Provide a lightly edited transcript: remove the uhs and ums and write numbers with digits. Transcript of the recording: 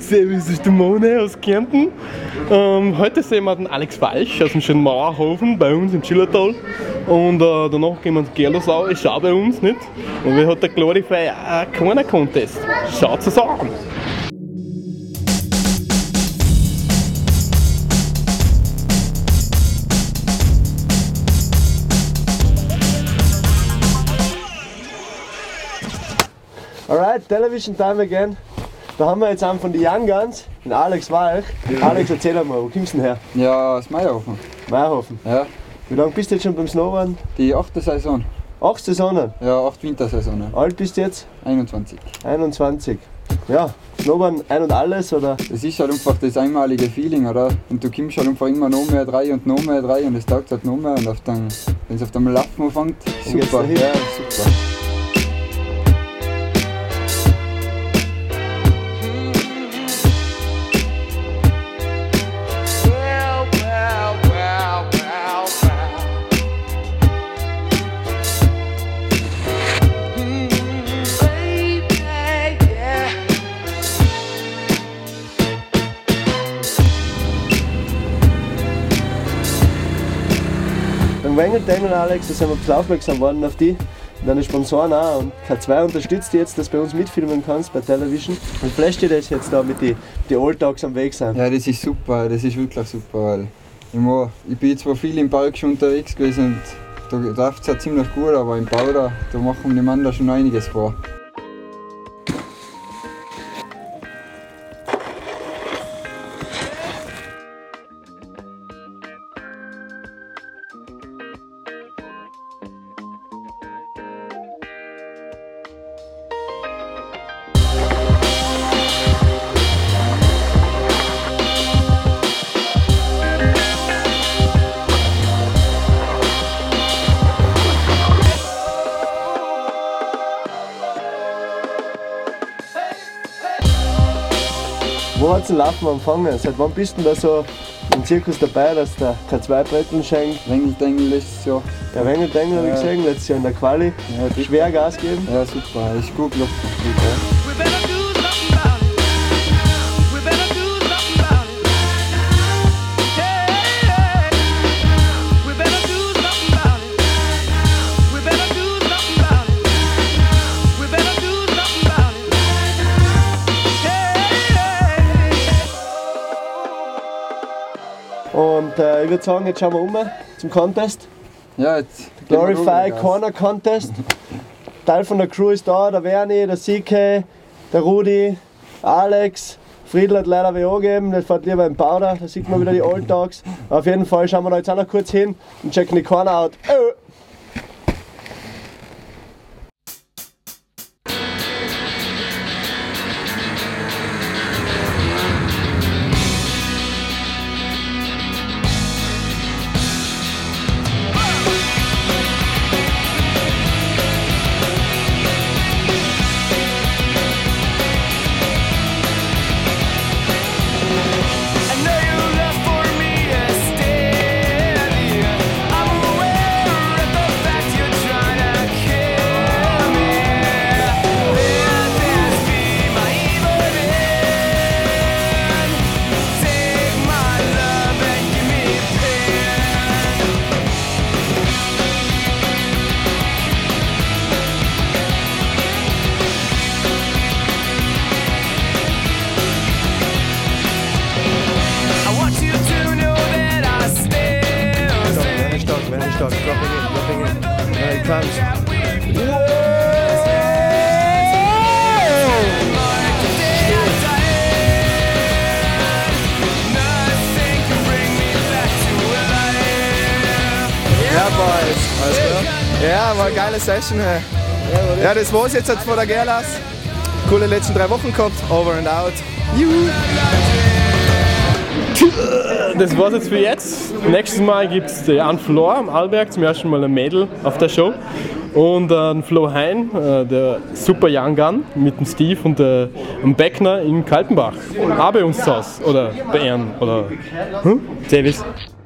Servus, ist der Mone aus Kärnten. Heute sehen wir den Alex Walch aus dem schönen Mauerhofen bei uns im Schillertal. Und danach gehen wir ins Gerlersau, ist auch bei uns, nicht? Und wir hat der Glorify auch keinen Contest. Schaut es an! Alright, Television Time again. Da haben wir jetzt einen von den Young Guns, den Alex Walch. Alex, erzähl einmal, wo kommst du denn her? Ja, aus Meierhofen. Meierhofen. Ja. Wie lange bist du jetzt schon beim Snowboarden? Die 8. Saison. 8 Saisonen? Ja, 8 Wintersaisonen. Alt bist du jetzt? 21. 21. Ja, Snowboarden ein und alles, oder? Das ist halt einfach das einmalige Feeling, oder? Und du kommst halt einfach immer noch mehr rein und noch mehr rein und es taugt halt noch mehr und wenn es auf dem Laufen anfängt, super. Ja, super. Wengel, Alex, da sind wir ein bisschen aufmerksam worden auf die, deine Sponsoren auch, und K2 unterstützt dich jetzt, dass du bei uns mitfilmen kannst bei Television, und flasht dir das jetzt da mit die Old Dogs am Weg sind. Ja, das ist super, das ist wirklich super, weil ich bin zwar viel im Park schon unterwegs gewesen und da läuft es ja ziemlich gut, aber im Bau da machen die Mann da schon einiges vor. Wo hat es den Laufen angefangen? Seit wann bist du da so im Zirkus dabei, dass der K2-Bretteln schenkt? Wengeldengel letztes Jahr. Der Wengeldengel habe ich gesehen, letztes Jahr in der Quali. Ja, schwer Gas geben. Ja, super, ist gut gelaufen. Und ich würde sagen, jetzt schauen wir um zum Contest. Ja, jetzt. Glorify Corner Contest. Teil von der Crew ist da, der Werni, der CK, der Rudi, Alex. Friedl hat leider WO gegeben, der fährt lieber im Powder, da sieht man wieder die Old Dogs. Auf jeden Fall schauen wir da jetzt auch noch kurz hin und checken die Corner out. Dropping in. There he comes. Ja, Boys. Alles klar? Ja, war eine geile Session. Ja, das war's jetzt vor der Gerlas. Coole letzten 3 Wochen gehabt. Over and out. Juhu. Das war's jetzt für jetzt. Nächstes Mal gibt es einen Flo am Arlberg, zum ersten Mal ein Mädel auf der Show. Und einen Flo Hein, der Super Young Gun, mit dem Steve und dem Beckner in Kaltenbach. Auch bei uns zu Hause. Oder bei Ehren. Oder Servus.